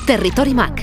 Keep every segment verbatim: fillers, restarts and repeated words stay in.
Territory Mac.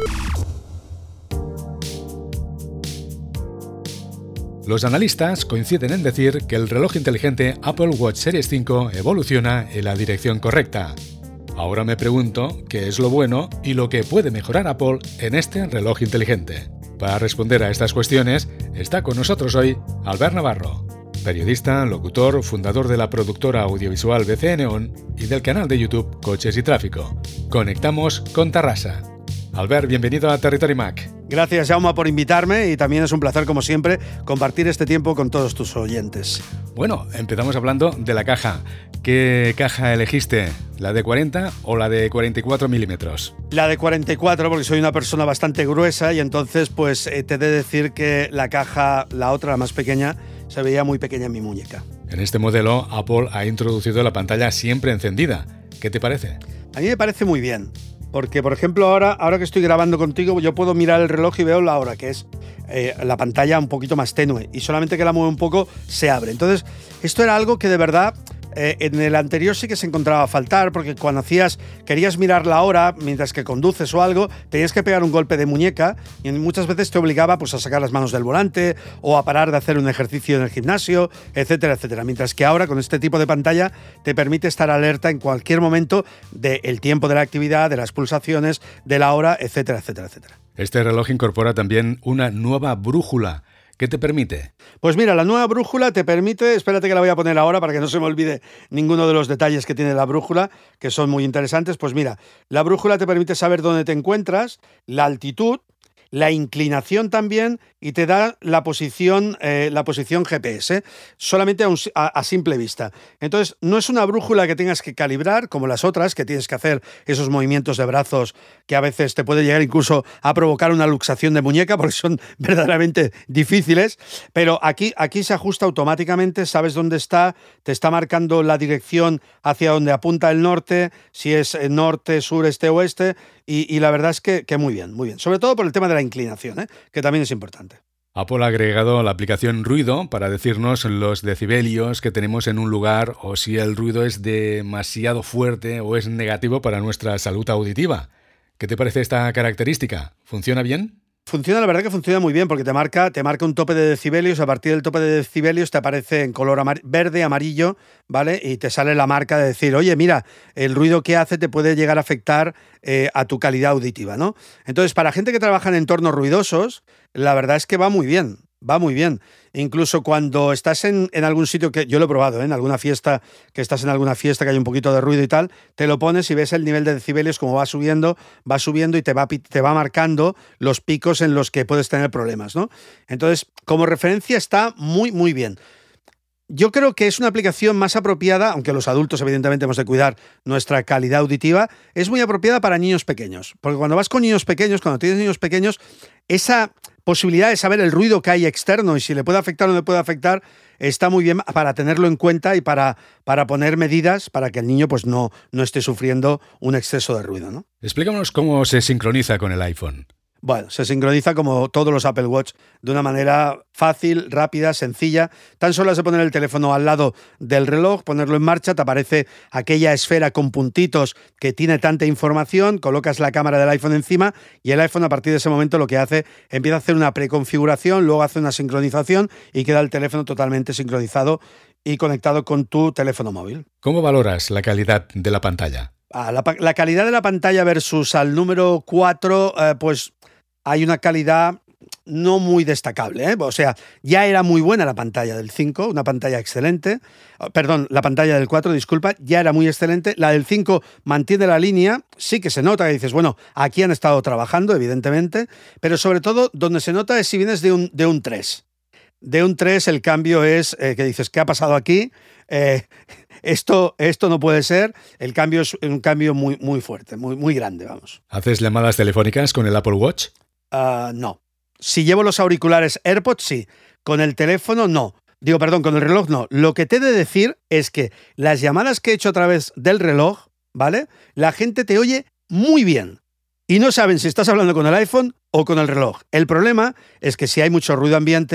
Los analistas coinciden en decir que el reloj inteligente Apple Watch Series cinco evoluciona en la dirección correcta. Ahora me pregunto qué es lo bueno y lo que puede mejorar Apple en este reloj inteligente. Para responder a estas cuestiones, está con nosotros hoy Albert Navarro, periodista, locutor, fundador de la productora audiovisual B C N On y del canal de YouTube Coches y Tráfico. Conectamos con Tarrasa. Albert, bienvenido a Territory Mac. Gracias, Jaume, por invitarme y también es un placer, como siempre, compartir este tiempo con todos tus oyentes. Bueno, empezamos hablando de la caja. ¿Qué caja elegiste? ¿La de cuarenta o la de cuarenta y cuatro milímetros? La de cuarenta y cuatro, porque soy una persona bastante gruesa y entonces pues eh, te he de decir que la caja, la otra, la más pequeña, se veía muy pequeña en mi muñeca. En este modelo, Apple ha introducido la pantalla siempre encendida. ¿Qué te parece? A mí me parece muy bien. Porque, por ejemplo, ahora, ahora que estoy grabando contigo, yo puedo mirar el reloj y veo la hora, que es eh, la pantalla un poquito más tenue. Y solamente que la mueve un poco, se abre. Entonces, esto era algo que de verdad eh, en el anterior sí que se encontraba a faltar, porque cuando hacías, querías mirar la hora mientras que conduces o algo, tenías que pegar un golpe de muñeca y muchas veces te obligaba pues, a sacar las manos del volante o a parar de hacer un ejercicio en el gimnasio, etcétera, etcétera. Mientras que ahora, con este tipo de pantalla, te permite estar alerta en cualquier momento del tiempo de la actividad, de las pulsaciones, de la hora, etcétera, etcétera, etcétera. Este reloj incorpora también una nueva brújula. ¿Qué te permite? Pues mira, la nueva brújula te permite, espérate que la voy a poner ahora para que no se me olvide ninguno de los detalles que tiene la brújula, que son muy interesantes. Pues mira, la brújula te permite saber dónde te encuentras, la altitud, la inclinación también y te da la posición, eh, la posición G P S, solamente a, un, a, a simple vista. Entonces, no es una brújula que tengas que calibrar como las otras, que tienes que hacer esos movimientos de brazos que a veces te puede llegar incluso a provocar una luxación de muñeca porque son verdaderamente difíciles, pero aquí, aquí se ajusta automáticamente, sabes dónde está, te está marcando la dirección hacia donde apunta el norte, si es norte, sur, este, oeste, y, y la verdad es que, que muy bien, muy bien. Sobre todo por el tema de la inclinación, ¿eh? Que también es importante. Apple ha agregado la aplicación Ruido para decirnos los decibelios que tenemos en un lugar o si el ruido es demasiado fuerte o es negativo para nuestra salud auditiva. ¿Qué te parece esta característica? ¿Funciona bien? Funciona, la verdad que funciona muy bien porque te marca, te marca un tope de decibelios, a partir del tope de decibelios te aparece en color amar- verde, amarillo, ¿vale? Y te sale la marca de decir, oye, mira, el ruido que hace te puede llegar a afectar eh, a tu calidad auditiva, ¿no? Entonces, para gente que trabaja en entornos ruidosos, la verdad es que va muy bien. Va muy bien. Incluso cuando estás en, en algún sitio, que yo lo he probado, ¿eh? En alguna fiesta, que estás en alguna fiesta que hay un poquito de ruido y tal, te lo pones y ves el nivel de decibelios como va subiendo, va subiendo y te va, te va marcando los picos en los que puedes tener problemas, ¿no? Entonces, como referencia está muy, muy bien. Yo creo que es una aplicación más apropiada, aunque los adultos evidentemente hemos de cuidar nuestra calidad auditiva, es muy apropiada para niños pequeños. Porque cuando vas con niños pequeños, cuando tienes niños pequeños, esa posibilidad de saber el ruido que hay externo y si le puede afectar o no le puede afectar, está muy bien para tenerlo en cuenta y para, para poner medidas para que el niño pues no, no esté sufriendo un exceso de ruido, ¿no? Explícanos cómo se sincroniza con el iPhone. Bueno, se sincroniza como todos los Apple Watch de una manera fácil, rápida, sencilla. Tan solo has de poner el teléfono al lado del reloj, ponerlo en marcha, te aparece aquella esfera con puntitos que tiene tanta información, colocas la cámara del iPhone encima y el iPhone a partir de ese momento lo que hace, empieza a hacer una preconfiguración, luego hace una sincronización y queda el teléfono totalmente sincronizado y conectado con tu teléfono móvil. ¿Cómo valoras la calidad de la pantalla? Ah, la, la calidad de la pantalla versus al número cuatro, eh, pues hay una calidad no muy destacable, ¿eh? O sea, ya era muy buena la pantalla del cinco, una pantalla excelente. Perdón, la pantalla del cuatro, disculpa, ya era muy excelente. La del cinco mantiene la línea, sí que se nota que dices, bueno, aquí han estado trabajando, evidentemente, pero sobre todo donde se nota es si vienes de un, de un tres. De un tres el cambio es eh, que dices, ¿qué ha pasado aquí? Eh, esto, esto no puede ser. El cambio es un cambio muy, muy fuerte, muy, muy grande, vamos. ¿Haces llamadas telefónicas con el Apple Watch? Uh, no. Si llevo los auriculares AirPods, sí. Con el teléfono, no. Digo, perdón, con el reloj, no. Lo que te he de decir es que las llamadas que he hecho a través del reloj, ¿vale? La gente te oye muy bien. Y no saben si estás hablando con el iPhone o con el reloj. El problema es que si hay mucho ruido ambiente,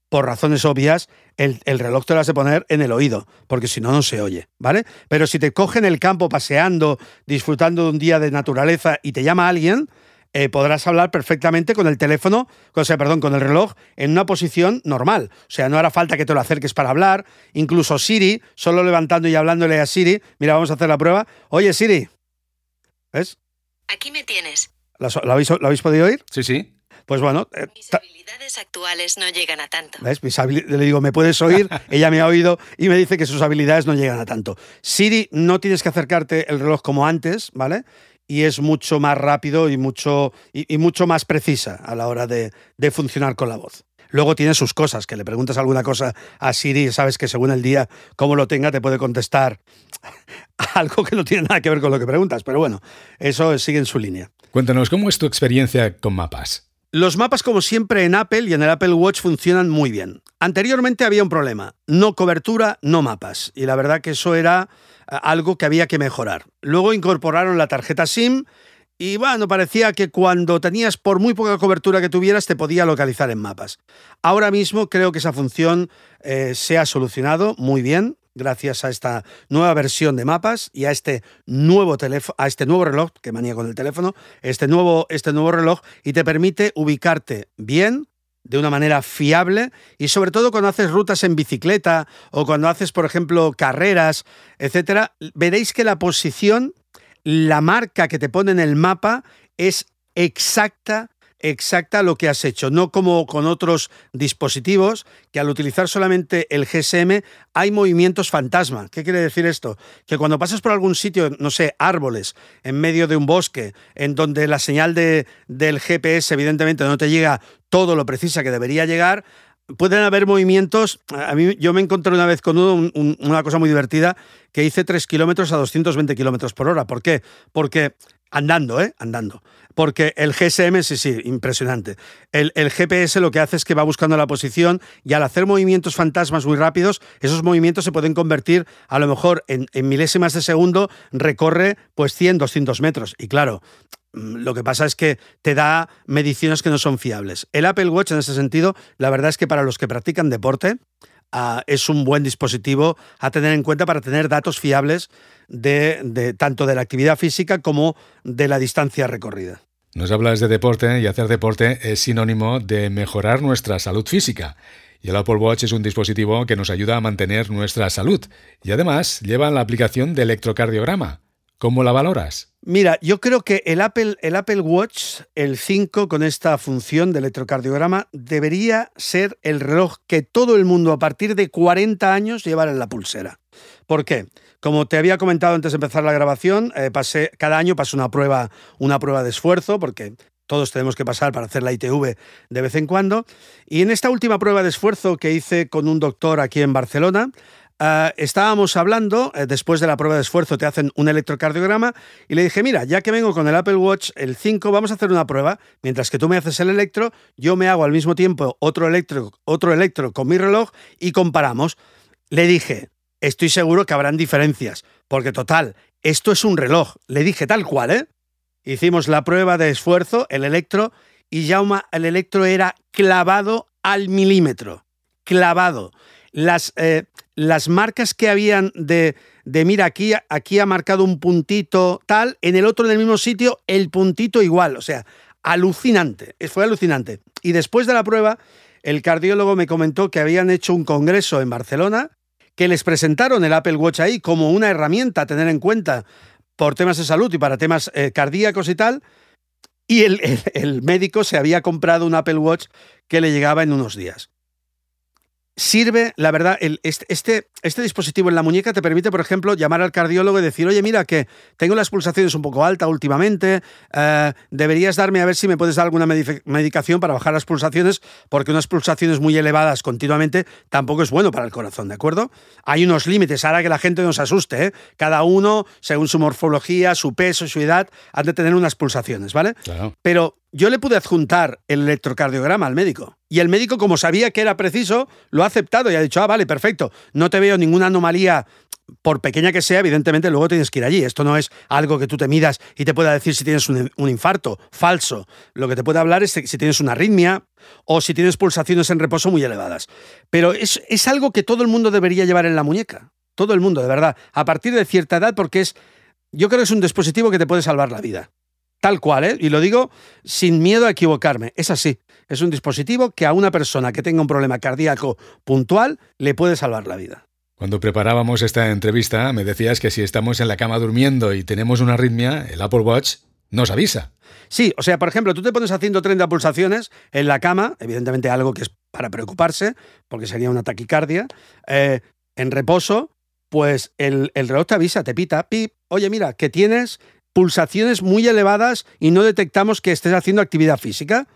por razones obvias, el, el reloj te lo has de poner en el oído, porque si no, no se oye, ¿vale? Pero si te coge en el campo paseando, disfrutando de un día de naturaleza y te llama alguien, eh, podrás hablar perfectamente con el teléfono, o sea, perdón, con el reloj en una posición normal. O sea, no hará falta que te lo acerques para hablar. Incluso Siri, solo levantando y hablándole a Siri, mira, vamos a hacer la prueba. Oye, Siri, ¿ves? Aquí me tienes. ¿Lo, lo, habéis, ¿Lo habéis podido oír? Sí, sí. Pues bueno. Eh, Mis habilidades actuales no llegan a tanto. ¿Ves? Le digo, ¿me puedes oír? Ella me ha oído y me dice que sus habilidades no llegan a tanto. Siri, no tienes que acercarte el reloj como antes, ¿vale? Y es mucho más rápido y mucho, y, y mucho más precisa a la hora de, de funcionar con la voz. Luego tiene sus cosas, que le preguntas alguna cosa a Siri y sabes que según el día, como lo tenga, te puede contestar algo que no tiene nada que ver con lo que preguntas. Pero bueno, eso sigue en su línea. Cuéntanos, ¿cómo es tu experiencia con mapas? Los mapas, como siempre, en Apple y en el Apple Watch funcionan muy bien. Anteriormente había un problema, no cobertura, no mapas. Y la verdad que eso era algo que había que mejorar. Luego incorporaron la tarjeta SIM y bueno, parecía que cuando tenías, por muy poca cobertura que tuvieras, te podía localizar en mapas. Ahora mismo creo que esa función eh, se ha solucionado muy bien, gracias a esta nueva versión de mapas y a este nuevo teléfono, a este nuevo reloj, que manía con el teléfono, este nuevo, este nuevo reloj, y te permite ubicarte bien, de una manera fiable, y sobre todo cuando haces rutas en bicicleta o cuando haces, por ejemplo, carreras, etcétera, veréis que la posición, la marca que te pone en el mapa es exacta, exacta lo que has hecho, no como con otros dispositivos que al utilizar solamente el G S M hay movimientos fantasma. ¿Qué quiere decir esto? Que cuando pasas por algún sitio, no sé, árboles, en medio de un bosque, en donde la señal de, del G P S evidentemente no te llega todo lo precisa que debería llegar, pueden haber movimientos. A mí, yo me encontré una vez con uno, un, un, una cosa muy divertida, que hice tres kilómetros a doscientos veinte kilómetros por hora. ¿Por qué? Porque andando, ¿eh? Andando. Porque el G S M, sí, sí, impresionante. El, el G P S lo que hace es que va buscando la posición y al hacer movimientos fantasmas muy rápidos, esos movimientos se pueden convertir a lo mejor en, en milésimas de segundo, recorre pues cien, doscientos metros. Y claro, lo que pasa es que te da mediciones que no son fiables. El Apple Watch, en ese sentido, la verdad es que para los que practican deporte, uh, es un buen dispositivo a tener en cuenta para tener datos fiables de, de tanto de la actividad física como de la distancia recorrida. Nos hablas de deporte y hacer deporte es sinónimo de mejorar nuestra salud física. Y el Apple Watch es un dispositivo que nos ayuda a mantener nuestra salud. Y además lleva la aplicación de electrocardiograma. ¿Cómo la valoras? Mira, yo creo que el Apple, el Apple Watch, el cinco, con esta función de electrocardiograma, debería ser el reloj que todo el mundo a partir de cuarenta años llevara en la pulsera. ¿Por qué? Como te había comentado antes de empezar la grabación, eh, pasé, cada año paso una prueba, una prueba de esfuerzo, porque todos tenemos que pasar para hacer la I T V de vez en cuando. Y en esta última prueba de esfuerzo que hice con un doctor aquí en Barcelona, Uh, estábamos hablando, uh, después de la prueba de esfuerzo te hacen un electrocardiograma y le dije, mira, ya que vengo con el Apple Watch, el cinco, vamos a hacer una prueba, mientras que tú me haces el electro, yo me hago al mismo tiempo otro electro, otro electro con mi reloj y comparamos. Le dije, estoy seguro que habrán diferencias, porque total, esto es un reloj. Le dije tal cual, ¿eh? Hicimos la prueba de esfuerzo, el electro, y ya el electro era clavado al milímetro, clavado. Las, eh, las marcas que habían de, de mira, aquí, aquí ha marcado un puntito tal, en el otro en el mismo sitio el puntito igual, o sea, alucinante, fue alucinante. Y después de la prueba, el cardiólogo me comentó que habían hecho un congreso en Barcelona, que les presentaron el Apple Watch ahí como una herramienta a tener en cuenta por temas de salud y para temas eh, cardíacos y tal, y el, el, el médico se había comprado un Apple Watch que le llegaba en unos días. Sirve, la verdad, el, este, este, este dispositivo en la muñeca te permite, por ejemplo, llamar al cardiólogo y decir, oye, mira, que tengo las pulsaciones un poco altas últimamente, eh, deberías darme a ver si me puedes dar alguna medic- medicación para bajar las pulsaciones, porque unas pulsaciones muy elevadas continuamente tampoco es bueno para el corazón, ¿de acuerdo? Hay unos límites, ahora que la gente no se asuste, ¿eh? Cada uno, según su morfología, su peso, su edad, han de tener unas pulsaciones, ¿vale? Claro. Pero yo le pude adjuntar el electrocardiograma al médico. Y el médico, como sabía que era preciso, lo ha aceptado y ha dicho, ah, vale, perfecto, no te veo ninguna anomalía por pequeña que sea, evidentemente luego tienes que ir allí. Esto no es algo que tú te midas y te pueda decir si tienes un, un infarto. Falso. Lo que te puede hablar es si tienes una arritmia o si tienes pulsaciones en reposo muy elevadas. Pero es, es algo que todo el mundo debería llevar en la muñeca. Todo el mundo, de verdad. A partir de cierta edad, porque es, yo creo que es un dispositivo que te puede salvar la vida. Tal cual, ¿eh? Y lo digo sin miedo a equivocarme. Es así. Es un dispositivo que a una persona que tenga un problema cardíaco puntual le puede salvar la vida. Cuando preparábamos esta entrevista, me decías que si estamos en la cama durmiendo y tenemos una arritmia, el Apple Watch nos avisa. Sí, o sea, por ejemplo, tú te pones a ciento treinta pulsaciones en la cama, evidentemente algo que es para preocuparse, porque sería una taquicardia, eh, en reposo, pues el, el reloj te avisa, te pita, pip, oye, mira, que tienes pulsaciones muy elevadas y no detectamos que estés haciendo actividad física.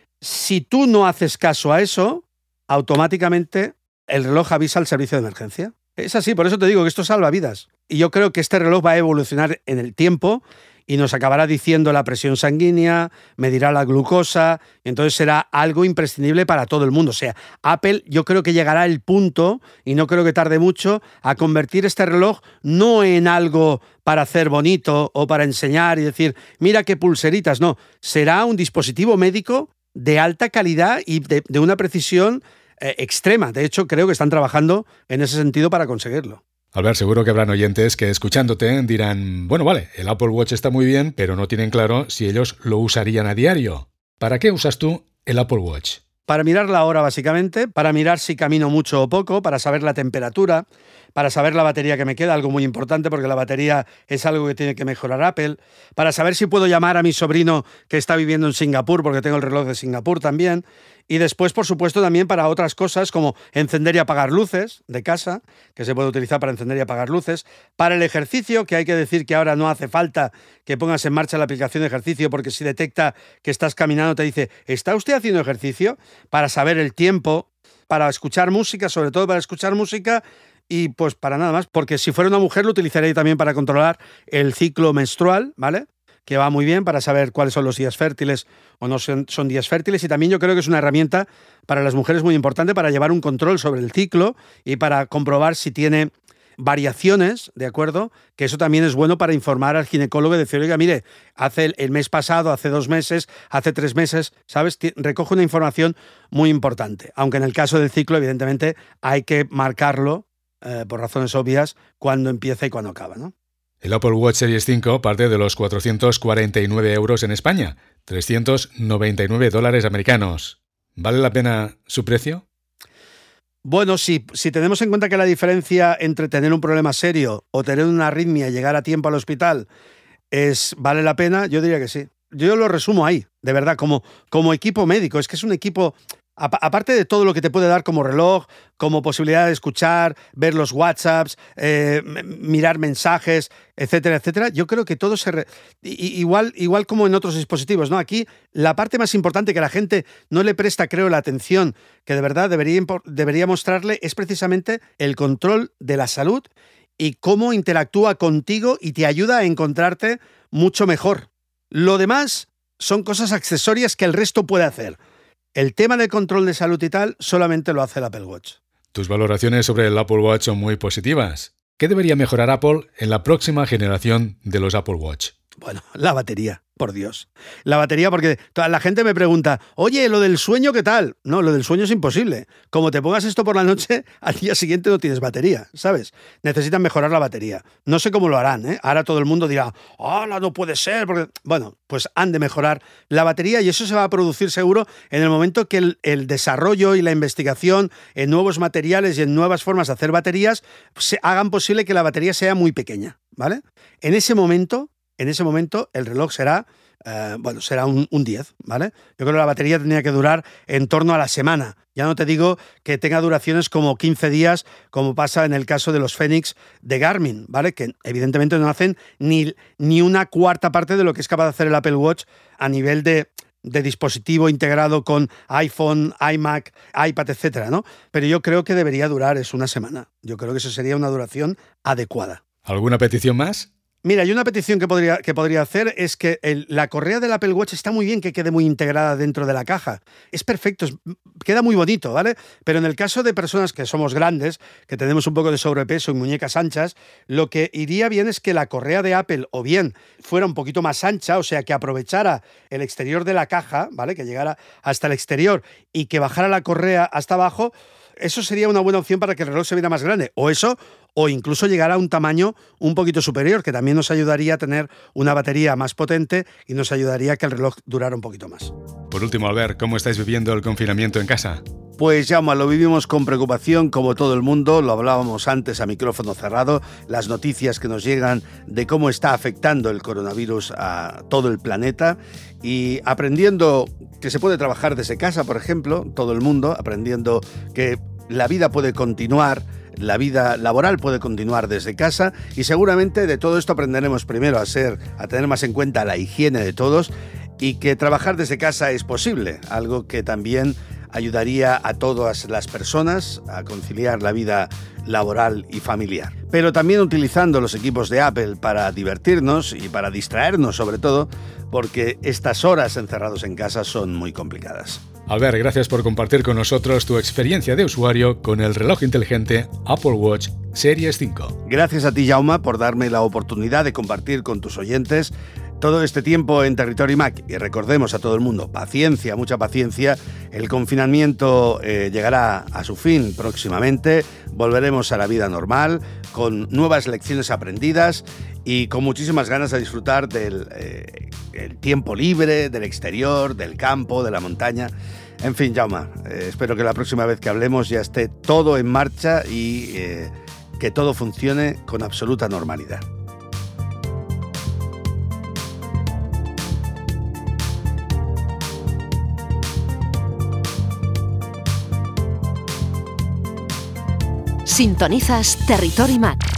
Si tú no haces caso a eso, automáticamente el reloj avisa al servicio de emergencia. Es así, por eso te digo que esto salva vidas. Y yo creo que este reloj va a evolucionar en el tiempo y nos acabará diciendo la presión sanguínea, medirá la glucosa, y entonces será algo imprescindible para todo el mundo. O sea, Apple yo creo que llegará al punto, y no creo que tarde mucho, a convertir este reloj no en algo para hacer bonito o para enseñar y decir, mira qué pulseritas, no. Será un dispositivo médico de alta calidad y de, de una precisión eh, extrema. De hecho, creo que están trabajando en ese sentido para conseguirlo. Albert, seguro que habrán oyentes que escuchándote dirán, bueno, vale, el Apple Watch está muy bien, pero no tienen claro si ellos lo usarían a diario. ¿Para qué usas tú el Apple Watch? Para mirar la hora, básicamente, para mirar si camino mucho o poco, para saber la temperatura, para saber la batería que me queda, algo muy importante porque la batería es algo que tiene que mejorar Apple, para saber si puedo llamar a mi sobrino que está viviendo en Singapur, porque tengo el reloj de Singapur también, y después, por supuesto, también para otras cosas como encender y apagar luces de casa, que se puede utilizar para encender y apagar luces, para el ejercicio, que hay que decir que ahora no hace falta que pongas en marcha la aplicación de ejercicio, porque si detecta que estás caminando te dice, ¿está usted haciendo ejercicio? Para saber el tiempo, para escuchar música, sobre todo para escuchar música, y pues para nada más, porque si fuera una mujer lo utilizaría también para controlar el ciclo menstrual, ¿vale? Que va muy bien para saber cuáles son los días fértiles o no son, son días fértiles, y también yo creo que es una herramienta para las mujeres muy importante para llevar un control sobre el ciclo y para comprobar si tiene variaciones, ¿de acuerdo? Que eso también es bueno para informar al ginecólogo y decir, oiga, mire, hace el, el mes pasado, hace dos meses, hace tres meses, ¿sabes? Recoge una información muy importante, aunque en el caso del ciclo, evidentemente, hay que marcarlo eh, por razones obvias cuando empieza y cuando acaba, ¿no? El Apple Watch Series cinco parte de los cuatrocientos cuarenta y nueve euros en España, trescientos noventa y nueve dólares americanos. ¿Vale la pena su precio? Bueno, si, si tenemos en cuenta que la diferencia entre tener un problema serio o tener una arritmia y llegar a tiempo al hospital es vale la pena, yo diría que sí. Yo lo resumo ahí, de verdad, como, como equipo médico. Es que es un equipo, aparte de todo lo que te puede dar como reloj, como posibilidad de escuchar, ver los WhatsApps, eh, mirar mensajes, etcétera, etcétera, yo creo que todo se... Re... Igual, igual como en otros dispositivos, ¿no? Aquí la parte más importante que la gente no le presta, creo, la atención que de verdad debería, debería mostrarle es precisamente el control de la salud y cómo interactúa contigo y te ayuda a encontrarte mucho mejor. Lo demás son cosas accesorias que el resto puede hacer. El tema de control de salud y tal solamente lo hace el Apple Watch. Tus valoraciones sobre el Apple Watch son muy positivas. ¿Qué debería mejorar Apple en la próxima generación de los Apple Watch? Bueno, la batería, por Dios. La batería, porque toda la gente me pregunta, oye, ¿lo del sueño qué tal? No, lo del sueño es imposible. Como te pongas esto por la noche, al día siguiente no tienes batería, ¿sabes? Necesitan mejorar la batería. No sé cómo lo harán, ¿eh? Ahora todo el mundo dirá, ¡hola, no puede ser! Porque... Bueno, pues han de mejorar la batería y eso se va a producir seguro en el momento que el, el desarrollo y la investigación en nuevos materiales y en nuevas formas de hacer baterías se hagan posible que la batería sea muy pequeña, ¿vale? En ese momento... En ese momento el reloj será, eh, bueno, será un, un diez, ¿vale? Yo creo que la batería tendría que durar en torno a la semana. Ya no te digo que tenga duraciones como quince días, como pasa en el caso de los Fenix de Garmin, ¿vale? Que evidentemente no hacen ni, ni una cuarta parte de lo que es capaz de hacer el Apple Watch a nivel de, de dispositivo integrado con iPhone, iMac, iPad, etcétera, ¿no? Pero yo creo que debería durar es una semana. Yo creo que eso sería una duración adecuada. ¿Alguna petición más? Mira, y una petición que podría, que podría hacer es que el, la correa del Apple Watch está muy bien que quede muy integrada dentro de la caja. Es perfecto, es, queda muy bonito, ¿vale? Pero en el caso de personas que somos grandes, que tenemos un poco de sobrepeso y muñecas anchas, lo que iría bien es que la correa de Apple o bien fuera un poquito más ancha, o sea, que aprovechara el exterior de la caja, ¿vale? Que llegara hasta el exterior y que bajara la correa hasta abajo. Eso sería una buena opción para que el reloj se viera más grande. O eso, o incluso llegar a un tamaño un poquito superior, que también nos ayudaría a tener una batería más potente y nos ayudaría a que el reloj durara un poquito más. Por último, Albert, ¿cómo estáis viviendo el confinamiento en casa? Pues Jaume, lo vivimos con preocupación como todo el mundo, lo hablábamos antes a micrófono cerrado, las noticias que nos llegan de cómo está afectando el coronavirus a todo el planeta y aprendiendo que se puede trabajar desde casa, por ejemplo, todo el mundo, aprendiendo que la vida puede continuar, la vida laboral puede continuar desde casa y seguramente de todo esto aprenderemos primero a ser, a tener más en cuenta la higiene de todos y que trabajar desde casa es posible, algo que también ayudaría a todas las personas a conciliar la vida laboral y familiar. Pero también utilizando los equipos de Apple para divertirnos y para distraernos sobre todo, porque estas horas encerrados en casa son muy complicadas. Albert, gracias por compartir con nosotros tu experiencia de usuario con el reloj inteligente Apple Watch Series cinco. Gracias a ti, Jaume, por darme la oportunidad de compartir con tus oyentes todo este tiempo en Territory Mac. Y recordemos a todo el mundo, paciencia, mucha paciencia. El confinamiento eh, llegará a su fin próximamente. Volveremos a la vida normal, con nuevas lecciones aprendidas y con muchísimas ganas de disfrutar del eh, el tiempo libre, del exterior, del campo, de la montaña. En fin, Jaume, eh, espero que la próxima vez que hablemos ya esté todo en marcha y eh, que todo funcione con absoluta normalidad. Sintonizas Territory Mac.